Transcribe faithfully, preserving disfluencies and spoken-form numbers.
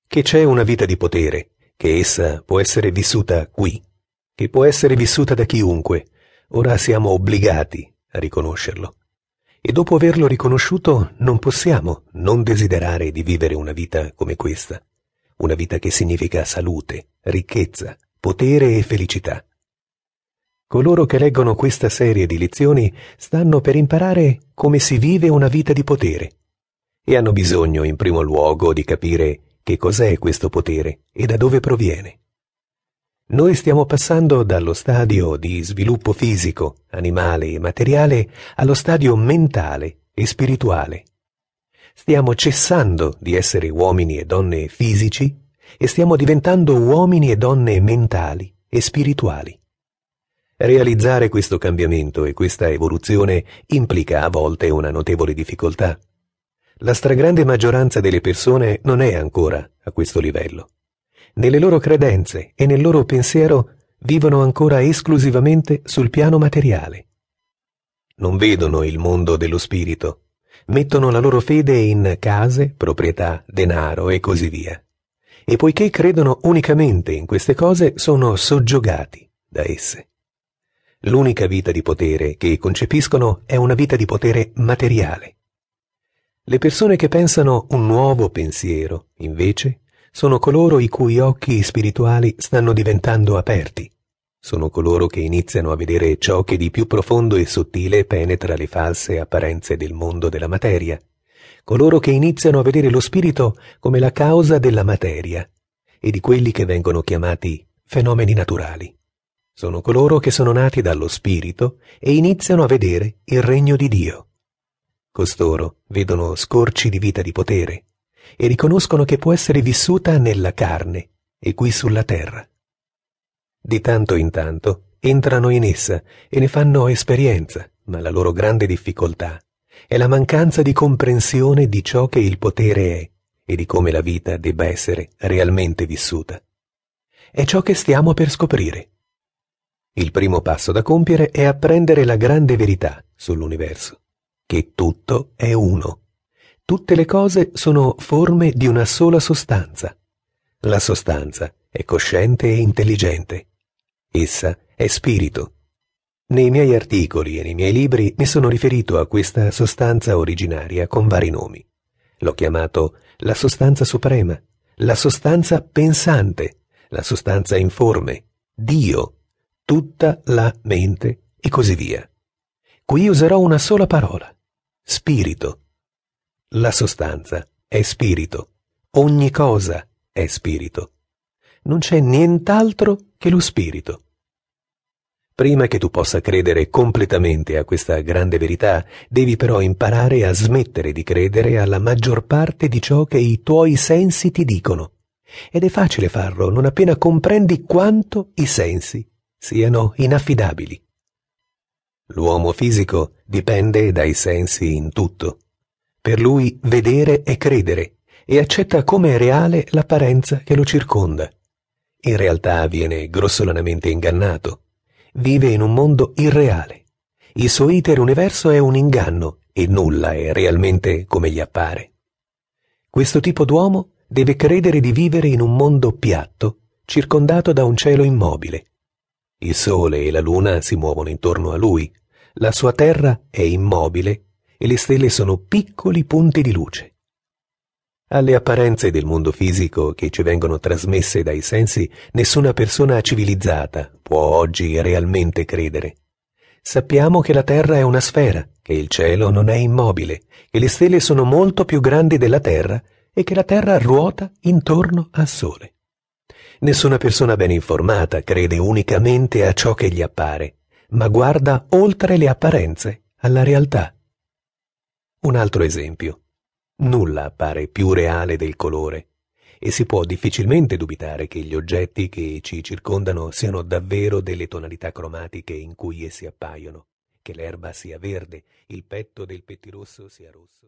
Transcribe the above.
che c'è una vita di potere, che essa può essere vissuta qui, che può essere vissuta da chiunque. Ora siamo obbligati a riconoscerlo. E dopo averlo riconosciuto non possiamo non desiderare di vivere una vita come questa, una vita che significa salute, ricchezza, potere e felicità. Coloro che leggono questa serie di lezioni stanno per imparare come si vive una vita di potere e hanno bisogno in primo luogo di capire che cos'è questo potere e da dove proviene. Noi stiamo passando dallo stadio di sviluppo fisico, animale e materiale allo stadio mentale e spirituale. Stiamo cessando di essere uomini e donne fisici e stiamo diventando uomini e donne mentali e spirituali. Realizzare questo cambiamento e questa evoluzione implica a volte una notevole difficoltà. La stragrande maggioranza delle persone non è ancora a questo livello. Nelle loro credenze e nel loro pensiero vivono ancora esclusivamente sul piano materiale. Non vedono il mondo dello spirito, mettono la loro fede in case, proprietà, denaro e così via. E poiché credono unicamente in queste cose, sono soggiogati da esse. L'unica vita di potere che concepiscono è una vita di potere materiale. Le persone che pensano un nuovo pensiero, invece, sono coloro i cui occhi spirituali stanno diventando aperti. Sono coloro che iniziano a vedere ciò che di più profondo e sottile penetra le false apparenze del mondo della materia. Coloro che iniziano a vedere lo spirito come la causa della materia e di quelli che vengono chiamati fenomeni naturali. Sono coloro che sono nati dallo spirito e iniziano a vedere il regno di Dio. Costoro vedono scorci di vita di potere e riconoscono che può essere vissuta nella carne e qui sulla terra. Di tanto in tanto entrano in essa e ne fanno esperienza, ma la loro grande difficoltà è la mancanza di comprensione di ciò che il potere è e di come la vita debba essere realmente vissuta. È ciò che stiamo per scoprire. Il primo passo da compiere è apprendere la grande verità sull'universo, che tutto è uno. Tutte le cose sono forme di una sola sostanza. La sostanza è cosciente e intelligente. Essa è spirito. Nei miei articoli e nei miei libri mi sono riferito a questa sostanza originaria con vari nomi. L'ho chiamato la sostanza suprema, la sostanza pensante, la sostanza informe, Dio, tutta la mente e così via. Qui userò una sola parola, spirito. La sostanza è spirito, ogni cosa è spirito. Non c'è nient'altro che lo spirito. Prima che tu possa credere completamente a questa grande verità, devi però imparare a smettere di credere alla maggior parte di ciò che i tuoi sensi ti dicono. Ed è facile farlo non appena comprendi quanto i sensi siano inaffidabili. L'uomo fisico dipende dai sensi in tutto. Per lui vedere è credere e accetta come reale l'apparenza che lo circonda. In realtà viene grossolanamente ingannato. Vive in un mondo irreale. Il suo intero universo è un inganno e nulla è realmente come gli appare. Questo tipo d'uomo deve credere di vivere in un mondo piatto, circondato da un cielo immobile. Il sole e la luna si muovono intorno a lui, la sua terra è immobile e le stelle sono piccoli punti di luce. Alle apparenze del mondo fisico che ci vengono trasmesse dai sensi, nessuna persona civilizzata può oggi realmente credere. Sappiamo che la Terra è una sfera, che il cielo non è immobile, che le stelle sono molto più grandi della Terra e che la Terra ruota intorno al Sole. Nessuna persona ben informata crede unicamente a ciò che gli appare, ma guarda oltre le apparenze alla realtà. Un altro esempio. Nulla appare più reale del colore, e si può difficilmente dubitare che gli oggetti che ci circondano siano davvero delle tonalità cromatiche in cui essi appaiono, che l'erba sia verde, il petto del pettirosso sia rosso.